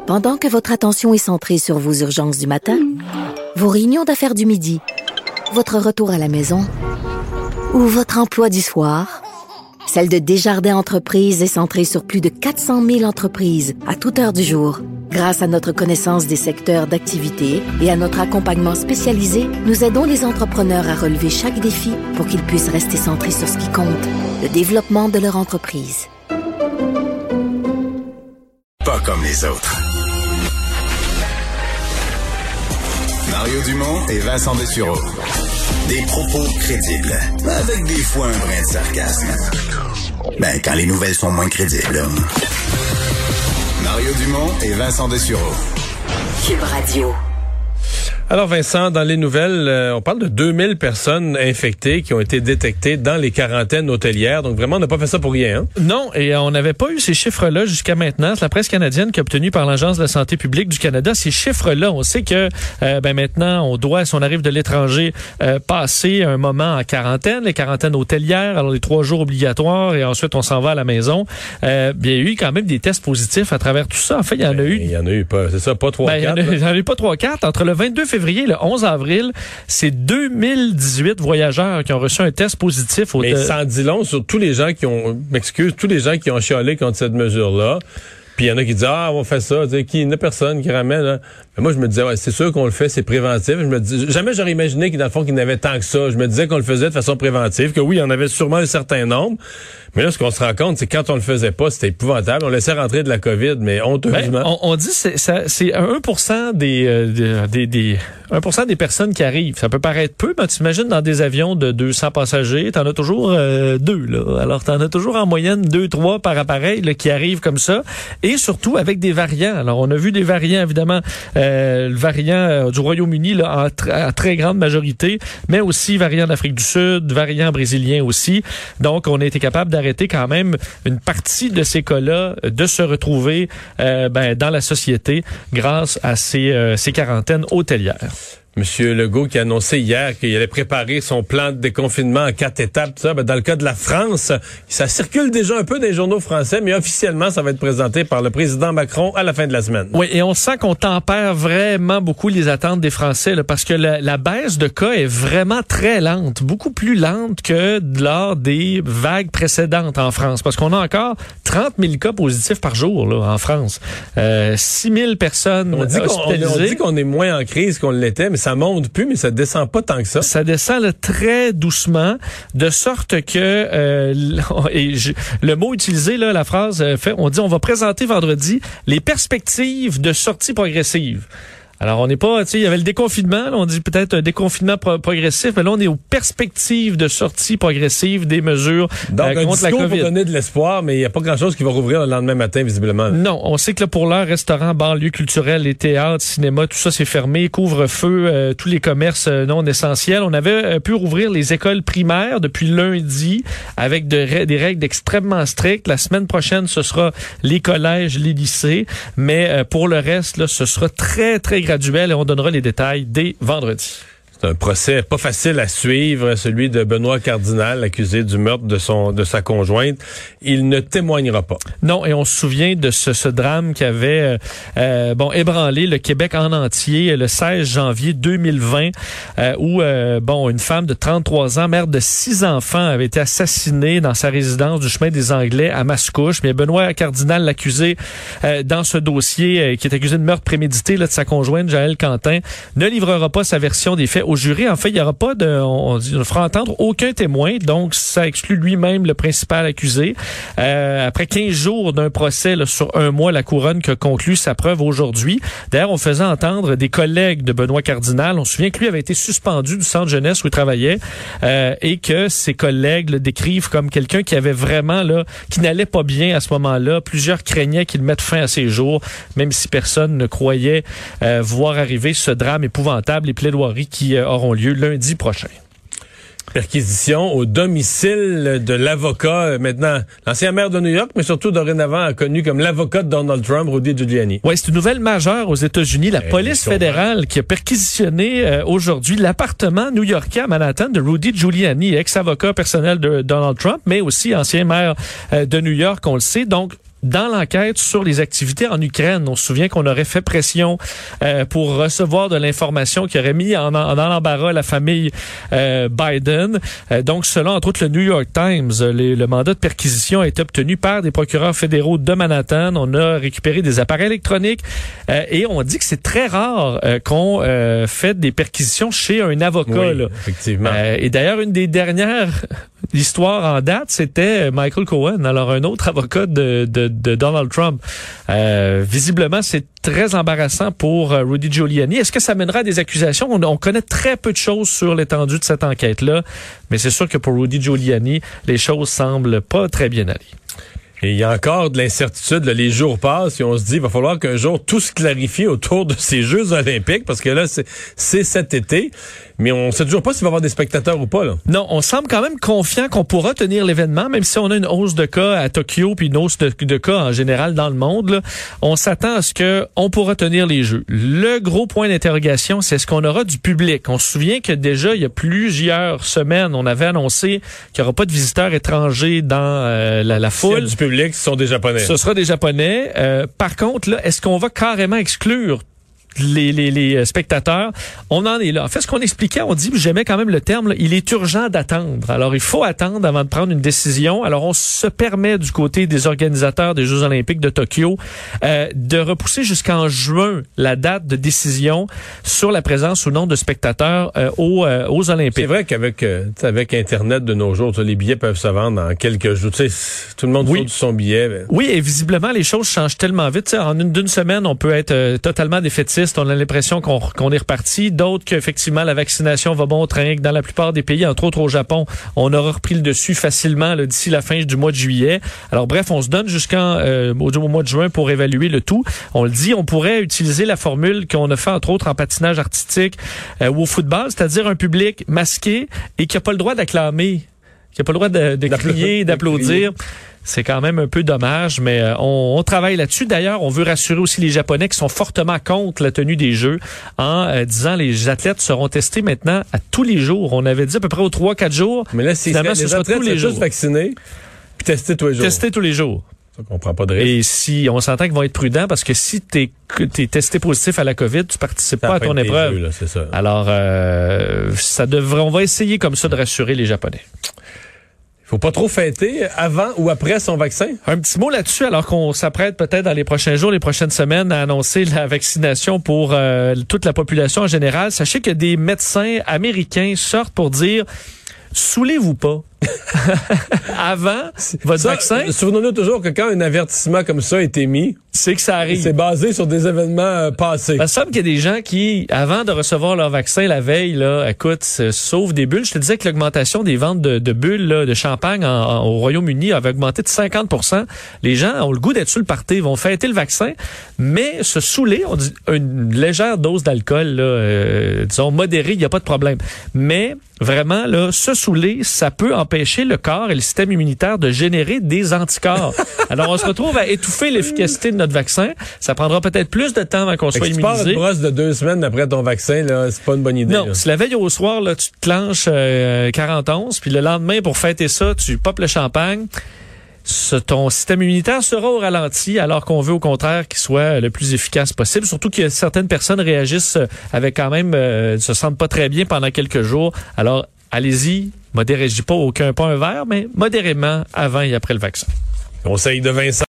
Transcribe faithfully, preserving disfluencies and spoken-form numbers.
Pendant que votre attention est centrée sur vos urgences du matin, vos réunions d'affaires du midi, votre retour à la maison ou votre emploi du soir, celle de Desjardins Entreprises est centrée sur plus de quatre cent mille entreprises à toute heure du jour. Grâce à notre connaissance des secteurs d'activité et à notre accompagnement spécialisé, nous aidons les entrepreneurs à relever chaque défi pour qu'ils puissent rester centrés sur ce qui compte, le développement de leur entreprise. Pas comme les autres. Mario Dumont et Vincent Dessureau. Des propos crédibles, avec des fois un brin de sarcasme. Ben, quand les nouvelles sont moins crédibles. Mario Dumont et Vincent Dessureau. Cube Radio. Alors Vincent, dans les nouvelles, euh, on parle de deux mille personnes infectées qui ont été détectées dans les quarantaines hôtelières. Donc vraiment, on n'a pas fait ça pour rien. Hein? Non, et on n'avait pas eu ces chiffres-là jusqu'à maintenant. C'est la presse canadienne qui a obtenu par l'Agence de la santé publique du Canada ces chiffres-là. On sait que euh, ben maintenant, on doit, si on arrive de l'étranger, euh, passer un moment en quarantaine, les quarantaines hôtelières, alors les trois jours obligatoires, et ensuite on s'en va à la maison. Euh, bien, il y a eu quand même des tests positifs à travers tout ça. En fait, il y en a eu... Il y en a eu pas, c'est ça, pas trois quatre. Ben, il y en a eu pas trois quatre. Entre le vingt-deux février et le onze avril, c'est deux mille dix-huit voyageurs qui ont reçu un test positif. Au Mais te... ça en dit long sur tous les gens qui ont, m'excuse, tous les gens qui ont chialé contre cette mesure-là. Puis il y en a qui disent, ah, on fait ça. Qui, il n'y a personne qui ramène. Hein. Mais moi, je me disais, ouais, c'est sûr qu'on le fait, c'est préventif. Je me dis, jamais j'aurais imaginé qu'il, dans le fond, qu'il n'y en avait tant que ça. Je me disais qu'on le faisait de façon préventive, que oui, il y en avait sûrement un certain nombre. Mais là, ce qu'on se rend compte, c'est que quand on le faisait pas, c'était épouvantable. On laissait rentrer de la COVID, mais honteusement. Ben, on, on dit c'est ça, c'est un pour cent des, euh, des, des un pour cent des personnes qui arrivent. Ça peut paraître peu, mais tu imagines dans des avions de deux cents passagers, t'en as toujours euh, deux là. Alors t'en as toujours en moyenne deux, trois par appareil là, qui arrivent comme ça, et surtout avec des variants. Alors on a vu des variants évidemment, euh, le variant euh, du Royaume-Uni là en, tr- en très grande majorité, mais aussi variant d'Afrique du Sud, variant brésilien aussi. Donc on a été capable d'arrêter quand même une partie de ces cas-là de se retrouver euh, ben, dans la société grâce à ces, euh, ces quarantaines hôtelières. Monsieur Legault qui a annoncé hier qu'il allait préparer son plan de déconfinement en quatre étapes, tout ça. Ben, dans le cas de la France, ça circule déjà un peu dans les journaux français, mais officiellement, ça va être présenté par le président Macron à la fin de la semaine. Oui, et on sent qu'on tempère vraiment beaucoup les attentes des Français, là, parce que la, la baisse de cas est vraiment très lente, beaucoup plus lente que lors des vagues précédentes en France, parce qu'on a encore trente mille cas positifs par jour là, en France. Euh, six mille personnes on dit hospitalisées. Qu'on, on, on dit qu'on est moins en crise qu'on l'était, mais ça monte plus, mais ça descend pas tant que ça. Ça descend là, très doucement, de sorte que euh, et je, le mot utilisé là, la phrase euh, fait, on dit on va présenter vendredi les perspectives de sortie progressive. Alors, on n'est pas, tu sais, il y avait le déconfinement, là, on dit peut-être un déconfinement pro- progressif, mais là, on est aux perspectives de sortie progressive des mesures Donc, euh, contre la COVID. Donc, pour donner de l'espoir, mais il n'y a pas grand-chose qui va rouvrir le lendemain matin, visiblement. Non, on sait que là, pour l'heure, restaurants, bars, lieux culturels, les théâtres, cinéma, tout ça, c'est fermé. Couvre-feu, euh, tous les commerces euh, non essentiels. On avait euh, pu rouvrir les écoles primaires depuis lundi avec de, des règles extrêmement strictes. La semaine prochaine, ce sera les collèges, les lycées, mais euh, pour le reste, là, ce sera très, très graduel et on donnera les détails dès vendredi. C'est un procès pas facile à suivre, celui de Benoît Cardinal, accusé du meurtre de son de sa conjointe. Il ne témoignera pas. Non, et on se souvient de ce, ce drame qui avait euh, bon ébranlé le Québec en entier le seize janvier deux mille vingt, euh, où euh, bon une femme de trente-trois ans, mère de six enfants, avait été assassinée dans sa résidence du chemin des Anglais à Mascouche. Mais Benoît Cardinal, l'accusé euh, dans ce dossier, euh, qui est accusé de meurtre prémédité là, de sa conjointe Jaëlle Quentin, ne livrera pas sa version des faits au jury. En fait, il n'y aura pas de, on, on ne fera entendre aucun témoin, donc ça exclut lui-même le principal accusé. Euh, après quinze jours d'un procès là, sur un mois, la couronne qui a conclu sa preuve aujourd'hui. D'ailleurs, on faisait entendre des collègues de Benoît Cardinal. On se souvient que lui avait été suspendu du centre jeunesse où il travaillait euh, et que ses collègues le décrivent comme quelqu'un qui avait vraiment là, qui n'allait pas bien à ce moment-là. Plusieurs craignaient qu'il mette fin à ses jours, même si personne ne croyait euh, voir arriver ce drame épouvantable. Les plaidoiries qui euh, auront lieu lundi prochain. Perquisition au domicile de l'avocat, maintenant l'ancien maire de New York, mais surtout dorénavant connu comme l'avocat de Donald Trump, Rudy Giuliani. Oui, c'est une nouvelle majeure aux États-Unis. La Eh, police fédérale qui a perquisitionné euh, aujourd'hui l'appartement new-yorkais à Manhattan de Rudy Giuliani, ex-avocat personnel de Donald Trump, mais aussi ancien maire euh, de New York, on le sait. Donc, dans l'enquête sur les activités en Ukraine. On se souvient qu'on aurait fait pression euh, pour recevoir de l'information qui aurait mis en, en, dans l'embarras la famille euh, Biden. Euh, donc, selon, entre autres, le New York Times, les, le mandat de perquisition a été obtenu par des procureurs fédéraux de Manhattan. On a récupéré des appareils électroniques euh, et on dit que c'est très rare euh, qu'on euh, fait des perquisitions chez un avocat. Oui, là. effectivement. Euh, et d'ailleurs, une des dernières histoires en date, c'était Michael Cohen, alors un autre avocat de, de, de Donald Trump. Euh, visiblement, c'est très embarrassant pour euh, Rudy Giuliani. Est-ce que ça mènera à des accusations? On, on connaît très peu de choses sur l'étendue de cette enquête-là, mais c'est sûr que pour Rudy Giuliani, les choses semblent pas très bien aller. Et il y a encore de l'incertitude. Là, les jours passent et on se dit il va falloir qu'un jour tout se clarifie autour de ces Jeux olympiques parce que là, c'est, c'est cet été. Mais on ne sait toujours pas s'il va y avoir des spectateurs ou pas. Là. Non, on semble quand même confiant qu'on pourra tenir l'événement, même si on a une hausse de cas à Tokyo puis une hausse de, de cas en général dans le monde. Là, on s'attend à ce que on pourra tenir les Jeux. Le gros point d'interrogation, c'est est-ce qu'on aura du public? On se souvient que déjà, il y a plusieurs semaines, on avait annoncé qu'il n'y aura pas de visiteurs étrangers dans euh, la, la foule. S'il y a du public, ce sont des Japonais. Ce sera des Japonais. Euh, par contre, là, est-ce qu'on va carrément exclure Les, les, les spectateurs? On en est là. En fait, ce qu'on expliquait, on dit, j'aimais quand même le terme, là, il est urgent d'attendre. Alors, il faut attendre avant de prendre une décision. Alors, on se permet du côté des organisateurs des Jeux olympiques de Tokyo euh, de repousser jusqu'en juin la date de décision sur la présence ou non de spectateurs euh, aux, euh, aux Olympiques. C'est vrai qu'avec euh, avec Internet de nos jours, les billets peuvent se vendre en quelques jours. Tu sais, tout le monde oui. saute son billet. Mais... Oui, et visiblement, les choses changent tellement vite. T'sais, en une d'une semaine, on peut être euh, totalement défaitiste. On a l'impression qu'on, qu'on est reparti. D'autres qu'effectivement, la vaccination va bon train, que dans la plupart des pays, entre autres au Japon, on aura repris le dessus facilement là, d'ici la fin du mois de juillet. Alors bref, on se donne jusqu'en euh, au, au mois de juin pour évaluer le tout. On le dit, on pourrait utiliser la formule qu'on a fait entre autres en patinage artistique euh, ou au football, c'est-à-dire un public masqué et qui n'a pas le droit d'acclamer, qui n'a pas le droit de, de crier, d'applaudir. C'est quand même un peu dommage, mais euh, on, on travaille là-dessus. D'ailleurs, on veut rassurer aussi les Japonais qui sont fortement contre la tenue des Jeux en euh, disant les athlètes seront testés maintenant à tous les jours. On avait dit à peu près aux trois quatre jours. Mais là, c'est finalement, les ce sera athlètes tous les sont jours. tous vaccinés puis testés tous les jours. Testés tous les jours. Ça qu'on prend pas de risque. Et si on s'entend qu'ils vont être prudents parce que si t'es t'es testé positif à la COVID, tu participes pas à ton épreuve. Jeux, là, c'est ça. Alors, euh, ça devrait. On va essayer comme ça de rassurer les Japonais. Faut pas trop fêter avant ou après son vaccin. Un petit mot là-dessus, alors qu'on s'apprête peut-être dans les prochains jours, les prochaines semaines à annoncer la vaccination pour euh, toute la population en général. Sachez que des médecins américains sortent pour dire « saoulez-vous pas ». Avant votre ça, vaccin. Souvenons-nous toujours que quand un avertissement comme ça a été mis, c'est que ça arrive. C'est basé sur des événements euh, passés. Il me semble qu'il y a des gens qui, avant de recevoir leur vaccin la veille, là, écoute, sauvent des bulles. Je te disais que l'augmentation des ventes de, de bulles là, de champagne en, en, au Royaume-Uni avait augmenté de cinquante pour cent. Les gens ont le goût d'être sur le party, vont fêter le vaccin, mais se saouler, on dit une légère dose d'alcool, là, euh, disons modérée, il n'y a pas de problème. Mais vraiment, là, se saouler, ça peut empêcher le corps et le système immunitaire de générer des anticorps. Alors, on se retrouve à étouffer l'efficacité de notre vaccin. Ça prendra peut-être plus de temps avant qu'on fait soit que tu immunisé. Tu pars une brosse de deux semaines après ton vaccin, là, c'est pas une bonne idée. Non, là. si la veille au soir, là, tu te clenches euh, quarante onces, puis le lendemain, pour fêter ça, tu popes le champagne, ce, ton système immunitaire sera au ralenti, alors qu'on veut au contraire qu'il soit le plus efficace possible. Surtout que certaines personnes réagissent avec quand même, euh, se sentent pas très bien pendant quelques jours. Alors, allez-y, modérez, je dis pas aucun pas un verre, mais modérément avant et après le vaccin. Conseil de Vincent.